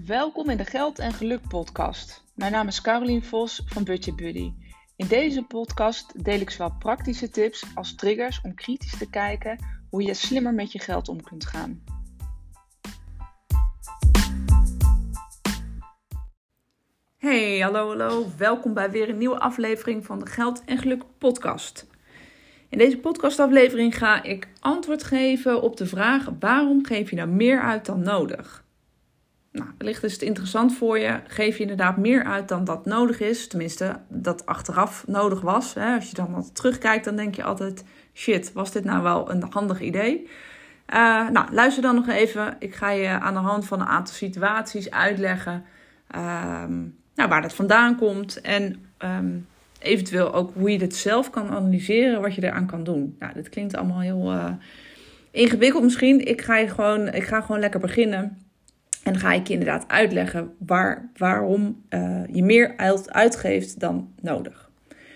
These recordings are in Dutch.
Welkom in de Geld en Geluk podcast. Mijn naam is Carolien Vos van Budget Buddy. In deze podcast deel ik zowel praktische tips als triggers om kritisch te kijken hoe je slimmer met je geld om kunt gaan. Hey, hallo. Welkom bij weer een nieuwe aflevering van de Geld en Geluk podcast. In deze podcastaflevering ga ik antwoord geven op de vraag: waarom geef je nou meer uit dan nodig? Nou, wellicht is het interessant voor je. Geef je inderdaad meer uit dan dat nodig is. Tenminste, dat achteraf nodig was. Als je dan wat terugkijkt, dan denk je altijd: shit, was dit nou wel een handig idee? Luister dan nog even. Ik ga je aan de hand van een aantal situaties uitleggen waar dat vandaan komt. En eventueel ook hoe je dit zelf kan analyseren, wat je eraan kan doen. Nou, dit klinkt allemaal heel ingewikkeld misschien. Ik ga gewoon lekker beginnen. En dan ga ik je inderdaad uitleggen waarom je meer uitgeeft dan nodig.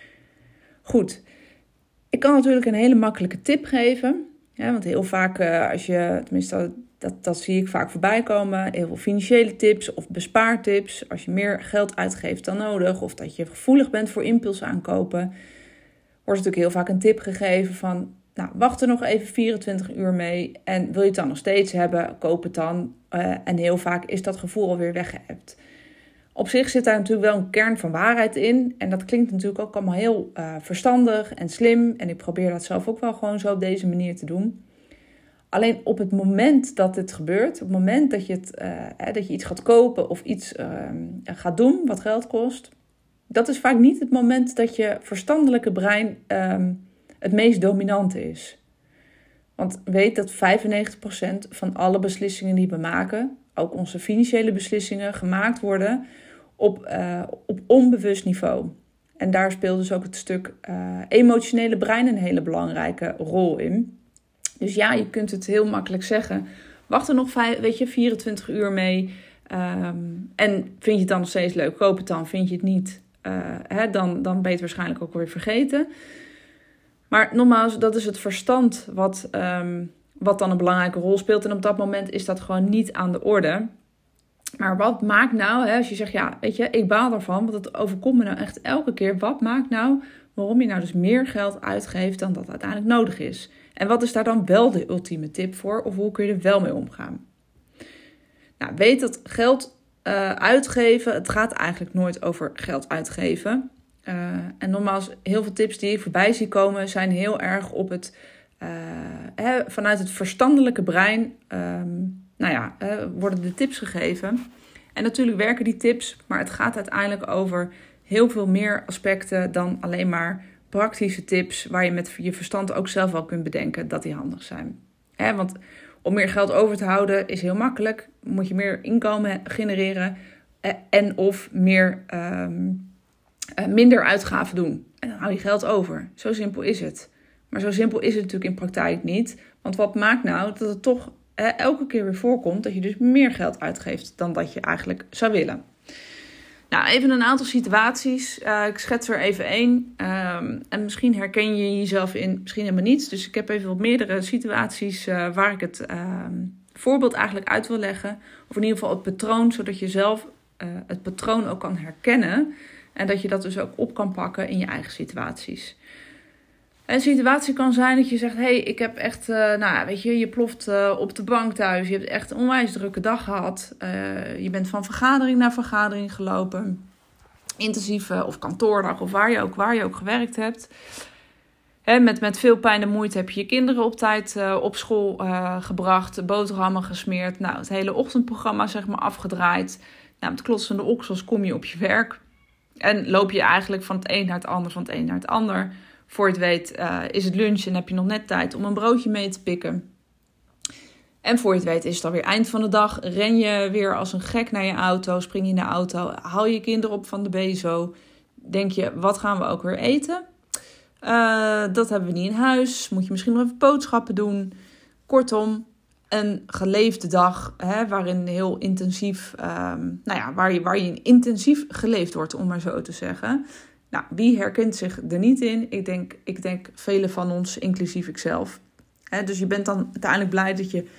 Goed, ik kan natuurlijk een hele makkelijke tip geven. Want heel vaak, dat zie ik vaak voorbij komen. Heel veel financiële tips of bespaartips. Als je meer geld uitgeeft dan nodig. Of dat je gevoelig bent voor impulsaankopen. Wordt natuurlijk heel vaak een tip gegeven van: wacht er nog even 24 uur mee. En wil je het dan nog steeds hebben, koop het dan. En heel vaak is dat gevoel alweer weggeëpt. Op zich zit daar natuurlijk wel een kern van waarheid in. En dat klinkt natuurlijk ook allemaal heel verstandig en slim. En ik probeer dat zelf ook wel gewoon zo op deze manier te doen. Alleen op het moment dat dit gebeurt, op het moment dat je iets gaat kopen of iets gaat doen wat geld kost, dat is vaak niet het moment dat je verstandelijke brein het meest dominant is. Want weet dat 95% van alle beslissingen die we maken, ook onze financiële beslissingen, gemaakt worden op onbewust niveau. En daar speelt dus ook het stuk emotionele brein een hele belangrijke rol in. Dus ja, je kunt het heel makkelijk zeggen: wacht er nog 24 uur mee. En vind je het dan nog steeds leuk, koop het dan. Vind je het niet, dan ben je het waarschijnlijk ook weer vergeten. Maar nogmaals, dat is het verstand wat dan een belangrijke rol speelt. En op dat moment is dat gewoon niet aan de orde. Maar wat maakt nou, als je zegt: ja, weet je, ik baal ervan, want het overkomt me nou echt elke keer. Wat maakt nou waarom je nou dus meer geld uitgeeft dan dat uiteindelijk nodig is? En wat is daar dan wel de ultieme tip voor? Of hoe kun je er wel mee omgaan? Nou, weet dat geld uitgeven, het gaat eigenlijk nooit over geld uitgeven. En nogmaals, heel veel tips die ik voorbij zie komen zijn heel erg op het vanuit het verstandelijke brein worden de tips gegeven. En natuurlijk werken die tips, maar het gaat uiteindelijk over heel veel meer aspecten dan alleen maar praktische tips waar je met je verstand ook zelf wel kunt bedenken dat die handig zijn. Want om meer geld over te houden is heel makkelijk. Moet je meer inkomen genereren en of minder uitgaven doen. En dan hou je geld over. Zo simpel is het. Maar zo simpel is het natuurlijk in praktijk niet. Want wat maakt nou dat het toch elke keer weer voorkomt dat je dus meer geld uitgeeft dan dat je eigenlijk zou willen? Nou, even een aantal situaties. Ik schets er even één. En misschien herken je jezelf in, misschien helemaal niet. Dus ik heb even wat meerdere situaties waar ik het voorbeeld eigenlijk uit wil leggen. Of in ieder geval het patroon, zodat je zelf het patroon ook kan herkennen. En dat je dat dus ook op kan pakken in je eigen situaties. Een situatie kan zijn dat je zegt: hey, ik heb echt, je ploft op de bank thuis. Je hebt echt een onwijs drukke dag gehad. Je bent van vergadering naar vergadering gelopen. Intensieve of kantoordag of waar je ook gewerkt hebt. Met veel pijn en moeite heb je je kinderen op tijd op school gebracht. Boterhammen gesmeerd. Nou, het hele ochtendprogramma afgedraaid. Nou, met klotsende oksels kom je op je werk. En loop je eigenlijk van het een naar het ander. Voor je het weet is het lunch en heb je nog net tijd om een broodje mee te pikken. En voor je het weet is het alweer eind van de dag. Ren je weer als een gek naar je auto. Spring je in de auto. Haal je kinderen op van de BSO. Denk je: wat gaan we ook weer eten? Dat hebben we niet in huis. Moet je misschien nog even boodschappen doen. Kortom, een geleefde dag waarin heel intensief, waarin intensief geleefd wordt, om maar zo te zeggen. Nou, wie herkent zich er niet in? Ik denk velen van ons, inclusief ikzelf. Dus je bent dan uiteindelijk blij dat je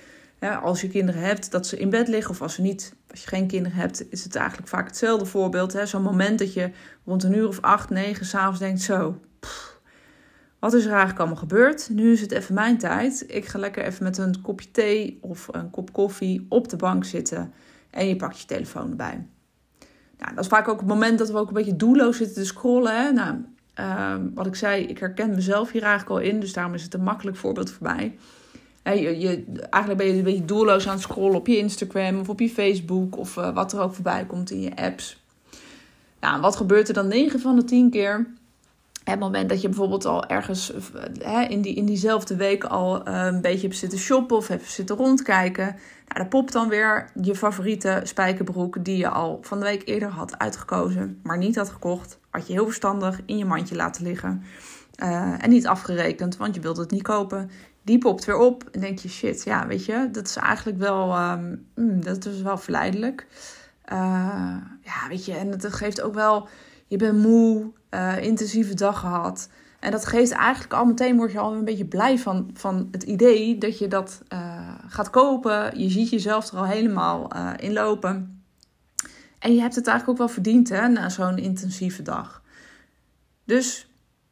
als je kinderen hebt, dat ze in bed liggen. Of als je geen kinderen hebt, is het eigenlijk vaak hetzelfde voorbeeld. Zo'n moment dat je rond 8, 9 s'avonds denkt, zo, wat is er eigenlijk allemaal gebeurd? Nu is het even mijn tijd. Ik ga lekker even met een kopje thee of een kop koffie op de bank zitten. En je pakt je telefoon erbij. Nou, dat is vaak ook het moment dat we ook een beetje doelloos zitten te scrollen. Nou, wat ik zei, ik herken mezelf hier eigenlijk al in. Dus daarom is het een makkelijk voorbeeld voor mij. Eigenlijk ben je een beetje doelloos aan het scrollen op je Instagram of op je Facebook. Of wat er ook voorbij komt in je apps. Nou, wat gebeurt er dan 9 van de 10 keer? Het moment dat je bijvoorbeeld al ergens in diezelfde week al een beetje hebt zitten shoppen of hebt zitten rondkijken. Nou, daar popt dan weer je favoriete spijkerbroek die je al van de week eerder had uitgekozen, maar niet had gekocht. Had je heel verstandig in je mandje laten liggen en niet afgerekend, want je wilde het niet kopen. Die popt weer op en denk je, shit, ja, weet je, dat is eigenlijk wel, dat is wel verleidelijk. Ja, weet je, en het geeft ook wel, je bent moe, intensieve dag gehad. En dat geeft eigenlijk al meteen, word je al een beetje blij van het idee dat je dat gaat kopen. Je ziet jezelf er al helemaal in lopen. En je hebt het eigenlijk ook wel verdiend, na zo'n intensieve dag. Dus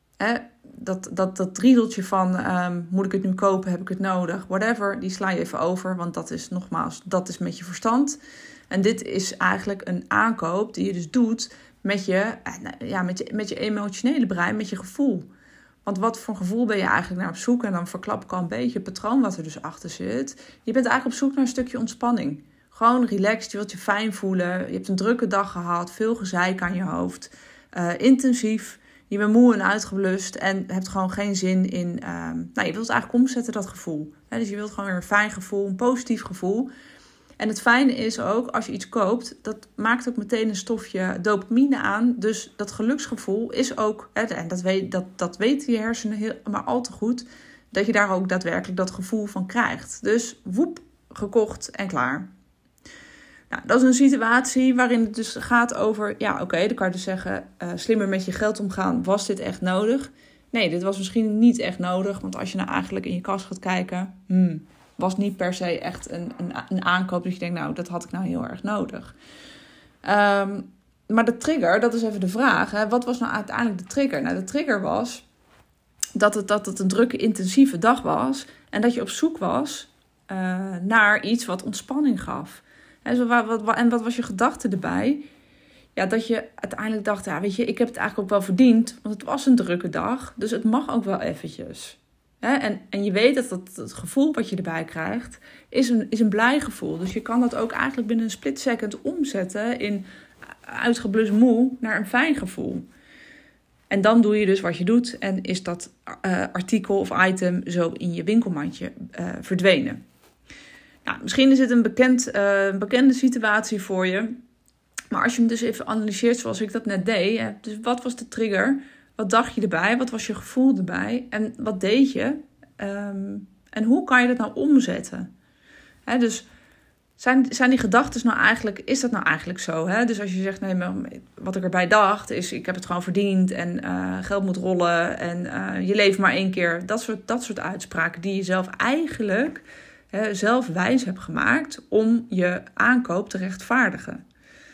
dat riedeltje van moet ik het nu kopen, heb ik het nodig, whatever, die sla je even over. Want dat is nogmaals, dat is met je verstand. En dit is eigenlijk een aankoop die je dus doet met je emotionele brein, met je gevoel. Want wat voor gevoel ben je eigenlijk naar op zoek? En dan verklap ik al een beetje het patroon wat er dus achter zit. Je bent eigenlijk op zoek naar een stukje ontspanning. Gewoon relaxed, je wilt je fijn voelen. Je hebt een drukke dag gehad, veel gezeik aan je hoofd. Intensief, je bent moe en uitgeblust en hebt gewoon geen zin in... je wilt het eigenlijk omzetten, dat gevoel. Dus je wilt gewoon weer een fijn gevoel, een positief gevoel. En het fijne is ook, als je iets koopt, dat maakt ook meteen een stofje dopamine aan. Dus dat geluksgevoel is ook, en dat weten je hersenen maar al te goed, dat je daar ook daadwerkelijk dat gevoel van krijgt. Dus woep, gekocht en klaar. Nou, dat is een situatie waarin het dus gaat over, dan kan je dus zeggen, slimmer met je geld omgaan. Was dit echt nodig? Nee, dit was misschien niet echt nodig, want als je nou eigenlijk in je kast gaat kijken, was niet per se echt een aankoop dat je denkt, nou, dat had ik nou heel erg nodig. Maar de trigger, dat is even de vraag. Wat was nou uiteindelijk de trigger? Nou, de trigger was dat het een drukke, intensieve dag was. En dat je op zoek was naar iets wat ontspanning gaf. En wat was je gedachte erbij? Ja, dat je uiteindelijk dacht, ja, weet je, ik heb het eigenlijk ook wel verdiend. Want het was een drukke dag, dus het mag ook wel eventjes. En je weet dat het gevoel wat je erbij krijgt, is een blij gevoel. Dus je kan dat ook eigenlijk binnen een split second omzetten in uitgeblust moe naar een fijn gevoel. En dan doe je dus wat je doet en is dat artikel of item zo in je winkelmandje verdwenen. Nou, misschien is het een bekende situatie voor je. Maar als je hem dus even analyseert zoals ik dat net deed. Dus wat was de trigger? Wat dacht je erbij? Wat was je gevoel erbij? En wat deed je? En hoe kan je dat nou omzetten? Dus zijn die gedachten nou eigenlijk... Is dat nou eigenlijk zo? Dus als je zegt, nee, maar wat ik erbij dacht is... Ik heb het gewoon verdiend en geld moet rollen. En je leeft maar 1 keer. Dat soort uitspraken die je zelf eigenlijk zelf wijs hebt gemaakt... om je aankoop te rechtvaardigen.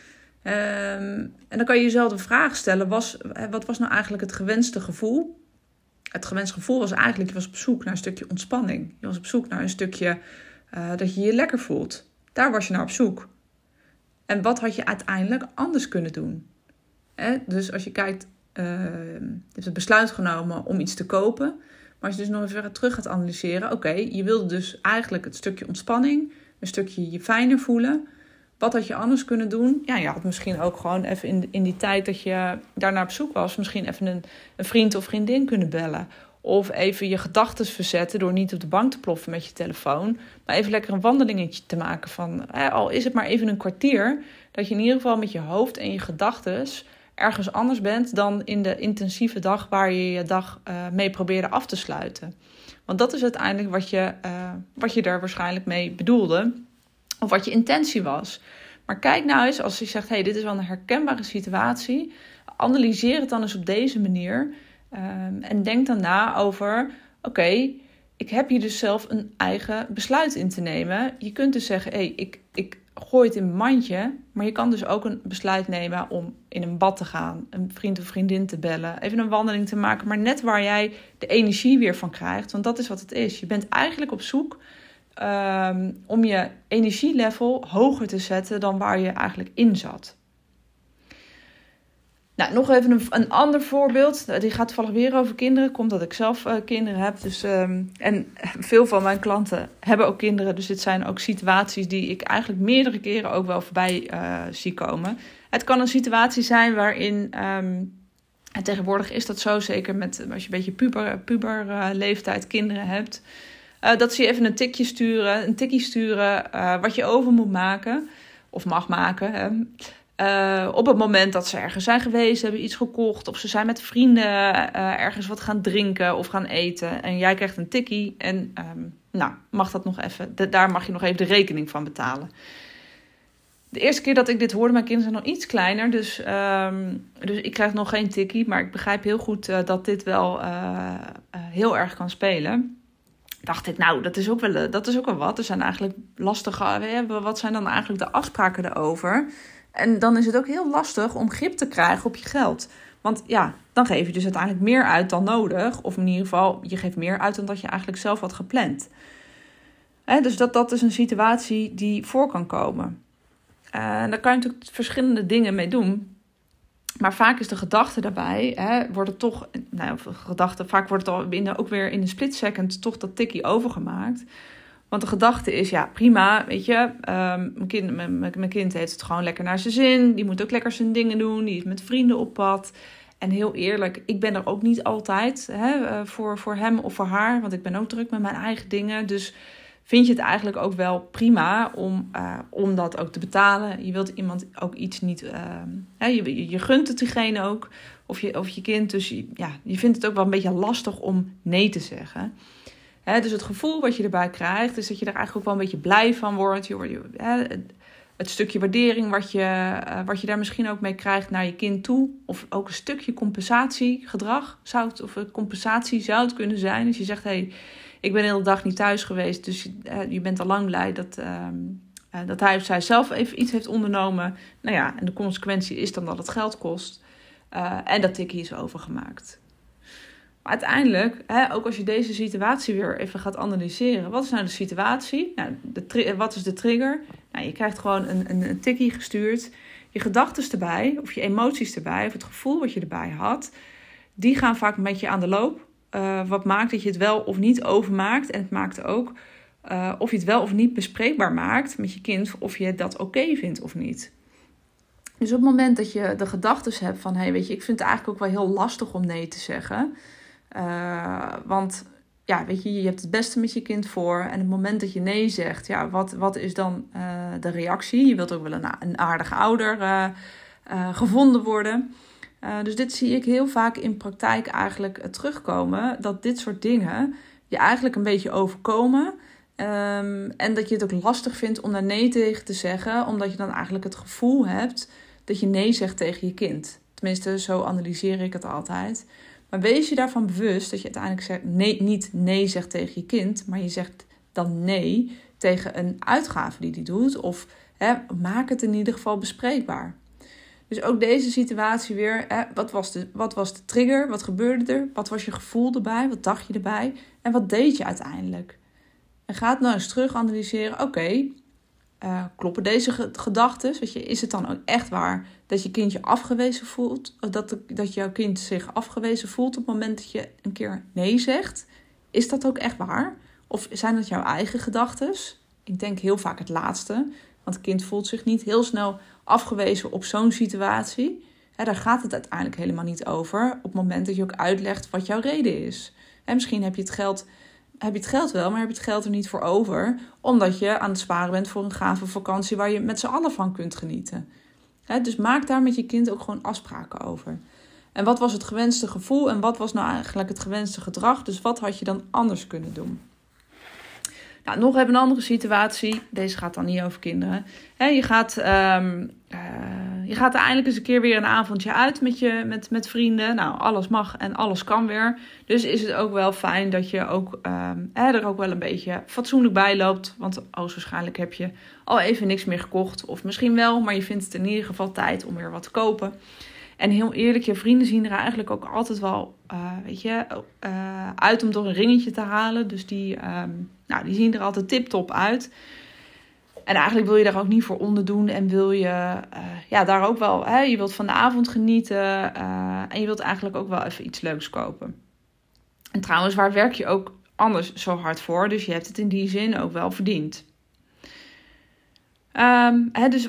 En dan kan je jezelf de vraag stellen, wat was nou eigenlijk het gewenste gevoel? Het gewenste gevoel was eigenlijk, je was op zoek naar een stukje ontspanning. Je was op zoek naar een stukje dat je je lekker voelt. Daar was je naar op zoek. En wat had je uiteindelijk anders kunnen doen? Dus als je kijkt, je hebt het besluit genomen om iets te kopen. Maar als je dus nog even terug gaat analyseren. Oké, je wilde dus eigenlijk het stukje ontspanning, een stukje je fijner voelen. Wat had je anders kunnen doen? Ja, je had misschien ook gewoon even in die tijd dat je daarnaar op zoek was... misschien even een vriend of vriendin kunnen bellen. Of even je gedachten verzetten door niet op de bank te ploffen met je telefoon. Maar even lekker een wandelingetje te maken van... al is het maar even een kwartier... dat je in ieder geval met je hoofd en je gedachten ergens anders bent... dan in de intensieve dag waar je je dag mee probeerde af te sluiten. Want dat is uiteindelijk wat je daar waarschijnlijk mee bedoelde... Of wat je intentie was. Maar kijk nou eens, als je zegt, dit is wel een herkenbare situatie. Analyseer het dan eens op deze manier. En denk dan na over, ik heb hier dus zelf een eigen besluit in te nemen. Je kunt dus zeggen, ik gooi het in mijn mandje. Maar je kan dus ook een besluit nemen om in een bad te gaan. Een vriend of vriendin te bellen. Even een wandeling te maken. Maar net waar jij de energie weer van krijgt. Want dat is wat het is. Je bent eigenlijk op zoek om je energielevel hoger te zetten dan waar je eigenlijk in zat. Nou, nog even een ander voorbeeld. Die gaat toevallig weer over kinderen. Komt dat ik zelf kinderen heb. Dus, en veel van mijn klanten hebben ook kinderen. Dus dit zijn ook situaties die ik eigenlijk meerdere keren ook wel voorbij zie komen. Het kan een situatie zijn waarin... en tegenwoordig is dat zo, zeker als je een beetje puber leeftijd kinderen hebt. Dat ze je even een tikkie sturen wat je over moet maken. Of mag maken, hè. Op het moment dat ze ergens zijn geweest, hebben iets gekocht... of ze zijn met vrienden ergens wat gaan drinken of gaan eten... en jij krijgt een tikkie en mag dat nog even, daar mag je nog even de rekening van betalen. De eerste keer dat ik dit hoorde, mijn kinderen zijn nog iets kleiner... dus ik krijg nog geen tikkie, maar ik begrijp heel goed dat dit wel heel erg kan spelen... Dacht ik, dat is ook wel wat. Er zijn eigenlijk lastige... Wat zijn dan eigenlijk de afspraken daarover... En dan is het ook heel lastig om grip te krijgen op je geld. Want ja, dan geef je dus uiteindelijk meer uit dan nodig. Of in ieder geval, je geeft meer uit dan dat je eigenlijk zelf had gepland. Dus dat is een situatie die voor kan komen. Daar kan je natuurlijk verschillende dingen mee doen. Maar vaak is de gedachte daarbij, wordt het toch... vaak wordt het ook weer in een split second toch dat tikkie overgemaakt... Want de gedachte is, ja prima, weet je, mijn kind heeft het gewoon lekker naar zijn zin. Die moet ook lekker zijn dingen doen, die is met vrienden op pad. En heel eerlijk, ik ben er ook niet altijd voor hem of voor haar. Want ik ben ook druk met mijn eigen dingen. Dus vind je het eigenlijk ook wel prima om dat ook te betalen. Je wilt iemand ook iets niet... je gunt het diegene ook, of je kind. Dus je vindt het ook wel een beetje lastig om nee te zeggen... Dus het gevoel wat je erbij krijgt, is dat je er eigenlijk ook wel een beetje blij van wordt. Het stukje waardering wat je daar misschien ook mee krijgt naar je kind toe. Of ook een stukje compensatiegedrag compensatie zou het kunnen zijn. Dus je zegt, ik ben de hele dag niet thuis geweest. Dus je bent al lang blij dat hij of zij zelf even iets heeft ondernomen. En de consequentie is dan dat het geld kost. En dat tikkie is overgemaakt. Maar uiteindelijk, ook als je deze situatie weer even gaat analyseren. Wat is nou de situatie? Wat is de trigger? Je krijgt gewoon een tikkie gestuurd. Je gedachten erbij, of je emoties erbij, of het gevoel wat je erbij had. Die gaan vaak met je aan de loop. Wat maakt dat je het wel of niet overmaakt. En het maakt ook of je het wel of niet bespreekbaar maakt met je kind. Of je dat oké vindt of niet. Dus op het moment dat je de gedachten hebt van... ik vind het eigenlijk ook wel heel lastig om nee te zeggen... Want je hebt het beste met je kind voor. En op het moment dat je nee zegt, wat is dan de reactie? Je wilt ook wel een aardige ouder gevonden worden. Dus dit zie ik heel vaak in praktijk eigenlijk terugkomen. Dat dit soort dingen je eigenlijk een beetje overkomen. En dat je het ook lastig vindt om daar nee tegen te zeggen. Omdat je dan eigenlijk het gevoel hebt dat je nee zegt tegen je kind. Tenminste, zo analyseer ik het altijd. Maar wees je daarvan bewust dat je uiteindelijk niet nee zegt tegen je kind. Maar je zegt dan nee tegen een uitgave die doet. Of maak het in ieder geval bespreekbaar. Dus ook deze situatie weer. Wat was de trigger? Wat gebeurde er? Wat was je gevoel erbij? Wat dacht je erbij? En wat deed je uiteindelijk? En ga het nou eens terug analyseren. Oké, kloppen deze gedachten? Is het dan ook echt waar dat je kind je afgewezen voelt? Dat jouw kind zich afgewezen voelt op het moment dat je een keer nee zegt? Is dat ook echt waar? Of zijn dat jouw eigen gedachten? Ik denk heel vaak het laatste. Want het kind voelt zich niet heel snel afgewezen op zo'n situatie. Daar gaat het uiteindelijk helemaal niet over. Op het moment dat je ook uitlegt wat jouw reden is. Misschien heb je het geld wel, maar heb je het geld er niet voor over. Omdat je aan het sparen bent voor een gave vakantie waar je met z'n allen van kunt genieten. Dus maak daar met je kind ook gewoon afspraken over. En wat was het gewenste gevoel en wat was nou eigenlijk het gewenste gedrag? Dus wat had je dan anders kunnen doen? Nog even een andere situatie. Deze gaat dan niet over kinderen. Je Je gaat er eindelijk eens een keer weer een avondje uit met vrienden. Nou, alles mag en alles kan weer. Dus is het ook wel fijn dat je ook, er ook wel een beetje fatsoenlijk bij loopt. Want waarschijnlijk heb je al even niks meer gekocht. Of misschien wel, maar je vindt het in ieder geval tijd om weer wat te kopen. En heel eerlijk, je vrienden zien er eigenlijk ook altijd wel uit om door een ringetje te halen. Dus die zien er altijd tip-top uit. En eigenlijk wil je daar ook niet voor onderdoen. En wil je daar ook wel... je wilt van de avond genieten. En je wilt eigenlijk ook wel even iets leuks kopen. En trouwens, waar werk je ook anders zo hard voor? Dus je hebt het in die zin ook wel verdiend. Dus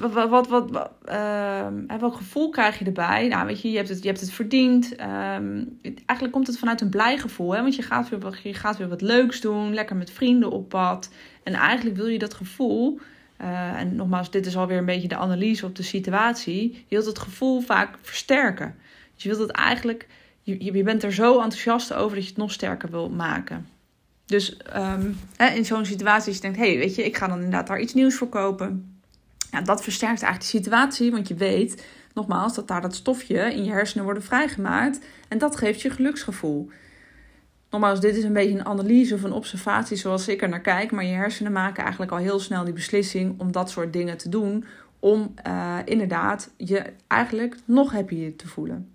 welk gevoel krijg je erbij? Nou, weet je hebt het verdiend. Eigenlijk komt het vanuit een blij gevoel. Hè? Want je gaat weer wat leuks doen. Lekker met vrienden op pad. En eigenlijk wil je dat gevoel... en nogmaals, dit is alweer een beetje de analyse op de situatie. Je wilt het gevoel vaak versterken. Dus je wilt het eigenlijk... Je bent er zo enthousiast over dat je het nog sterker wil maken. Dus in zo'n situatie als je denkt... weet je, ik ga dan inderdaad daar iets nieuws voor kopen. Ja, dat versterkt eigenlijk de situatie. Want je weet, nogmaals, dat daar dat stofje in je hersenen wordt vrijgemaakt. En dat geeft je geluksgevoel. Nogmaals, dit is een beetje een analyse of een observatie zoals ik er naar kijk. Maar je hersenen maken eigenlijk al heel snel die beslissing om dat soort dingen te doen. Om inderdaad je eigenlijk nog happier te voelen.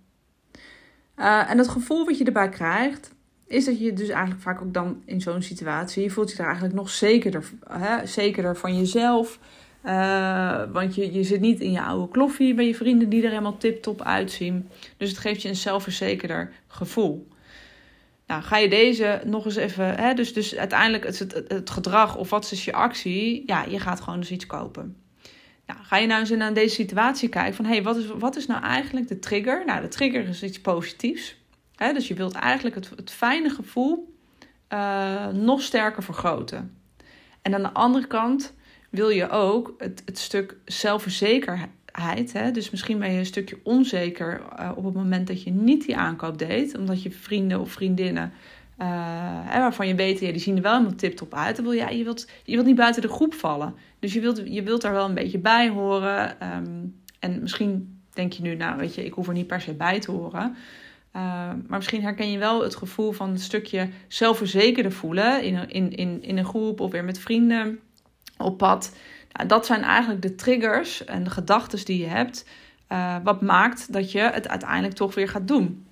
En het gevoel wat je erbij krijgt, is dat je dus eigenlijk vaak ook dan in zo'n situatie... je voelt je daar eigenlijk nog zekerder van jezelf. Want je zit niet in je oude kloffie bij je vrienden die er helemaal tip-top uitzien. Dus het geeft je een zelfverzekerder gevoel. Nou, ga je deze nog eens even... Dus uiteindelijk het gedrag of wat is je actie? Ja, je gaat gewoon dus iets kopen. Nou, ga je nou eens naar deze situatie kijken van... wat is nou eigenlijk de trigger? Nou, de trigger is iets positiefs. Dus je wilt eigenlijk het fijne gevoel nog sterker vergroten. En aan de andere kant wil je ook het stuk zelfverzekerheid... Dus misschien ben je een stukje onzeker op het moment dat je niet die aankoop deed. Omdat je vrienden of vriendinnen, waarvan je weet, die zien er wel helemaal tip-top uit. Dan wil je wilt niet buiten de groep vallen. Dus je wilt daar wel een beetje bij horen. En misschien denk je nu, nou weet je, ik hoef er niet per se bij te horen. Maar misschien herken je wel het gevoel van een stukje zelfverzekerder voelen in een groep of weer met vrienden op pad. Nou, dat zijn eigenlijk de triggers en de gedachten die je hebt. Wat maakt dat je het uiteindelijk toch weer gaat doen.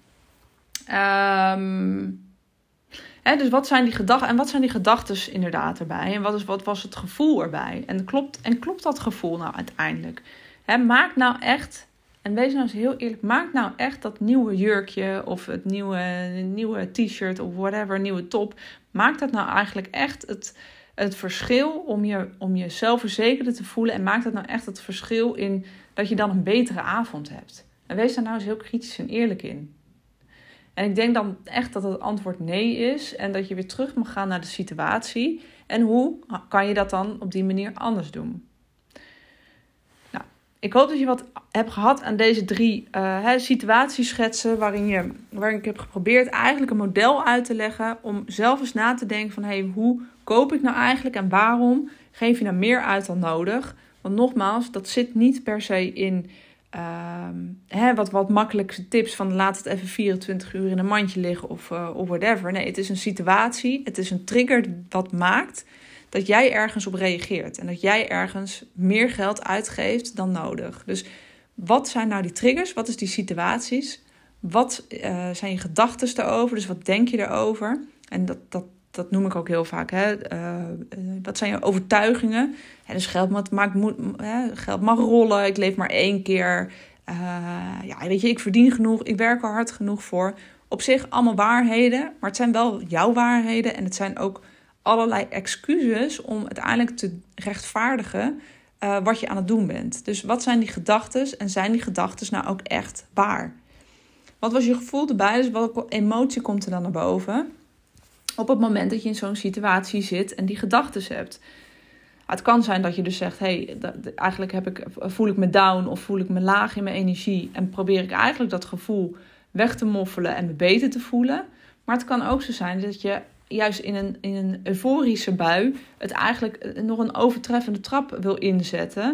Dus wat zijn die gedachten en wat zijn die gedachten inderdaad erbij? En wat was het gevoel erbij? En klopt dat gevoel nou uiteindelijk? Maak nou echt, en wees nou eens heel eerlijk, maak nou echt dat nieuwe jurkje of het nieuwe t-shirt of whatever, nieuwe top. Maak dat nou eigenlijk echt het verschil om je zelfverzekerder te voelen. En maakt dat nou echt het verschil in dat je dan een betere avond hebt. En wees daar nou eens heel kritisch en eerlijk in. En ik denk dan echt dat het antwoord nee is. En dat je weer terug mag gaan naar de situatie. En hoe kan je dat dan op die manier anders doen? Nou, ik hoop dat je wat hebt gehad aan deze 3 situatieschetsen. Waarin ik heb geprobeerd eigenlijk een model uit te leggen. Om zelf eens na te denken van hoe koop ik nou eigenlijk en waarom geef je nou meer uit dan nodig? Want nogmaals, dat zit niet per se in wat makkelijke tips van laat het even 24 uur in een mandje liggen of whatever. Nee, het is een situatie, het is een trigger wat maakt dat jij ergens op reageert. En dat jij ergens meer geld uitgeeft dan nodig. Dus wat zijn nou die triggers? Wat is die situaties? Wat zijn je gedachten erover? Dus wat denk je erover? En dat noem ik ook heel vaak. Wat zijn je overtuigingen? Dus geld mag rollen. Ik leef maar 1 keer. Weet je, ik verdien genoeg. Ik werk er hard genoeg voor. Op zich allemaal waarheden. Maar het zijn wel jouw waarheden. En het zijn ook allerlei excuses om uiteindelijk te rechtvaardigen wat je aan het doen bent. Dus wat zijn die gedachten? En zijn die gedachten nou ook echt waar? Wat was je gevoel erbij? Dus welke emotie komt er dan naar boven? Op het moment dat je in zo'n situatie zit en die gedachten hebt. Het kan zijn dat je dus zegt, eigenlijk voel ik me down of voel ik me laag in mijn energie. En probeer ik eigenlijk dat gevoel weg te moffelen en me beter te voelen. Maar het kan ook zo zijn dat je juist in een euforische bui het eigenlijk nog een overtreffende trap wil inzetten.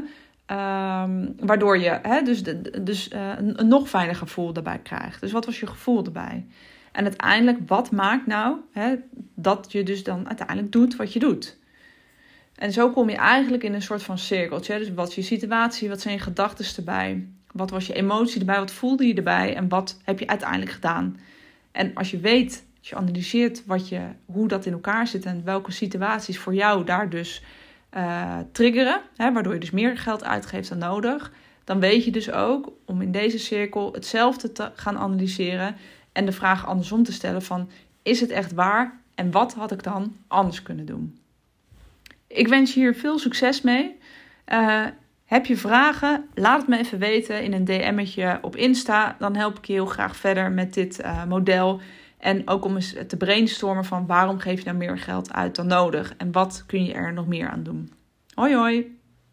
Waardoor je een nog fijner gevoel daarbij krijgt. Dus wat was je gevoel erbij? En uiteindelijk, wat maakt nou dat je dus dan uiteindelijk doet wat je doet? En zo kom je eigenlijk in een soort van cirkeltje. Dus wat is je situatie, wat zijn je gedachten erbij? Wat was je emotie erbij, wat voelde je erbij? En wat heb je uiteindelijk gedaan? En als je weet, als je analyseert hoe dat in elkaar zit en welke situaties voor jou daar dus triggeren, waardoor je dus meer geld uitgeeft dan nodig, dan weet je dus ook om in deze cirkel hetzelfde te gaan analyseren en de vraag andersom te stellen van, is het echt waar en wat had ik dan anders kunnen doen? Ik wens je hier veel succes mee. Heb je vragen? Laat het me even weten in een DM'tje op Insta. Dan help ik je heel graag verder met dit model. En ook om eens te brainstormen van waarom geef je nou meer geld uit dan nodig? En wat kun je er nog meer aan doen? Hoi hoi!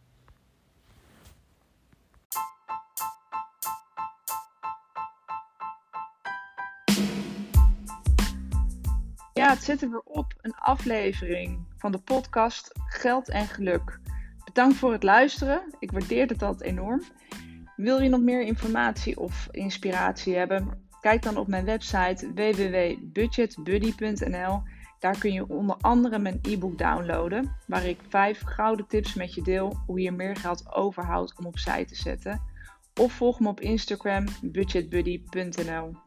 Ja, het zit er weer op. Een aflevering van de podcast Geld en Geluk. Bedankt voor het luisteren. Ik waardeer het altijd enorm. Wil je nog meer informatie of inspiratie hebben? Kijk dan op mijn website www.budgetbuddy.nl. Daar kun je onder andere mijn e-book downloaden, waar ik 5 gouden tips met je deel hoe je meer geld overhoudt om opzij te zetten. Of volg me op Instagram budgetbuddy.nl.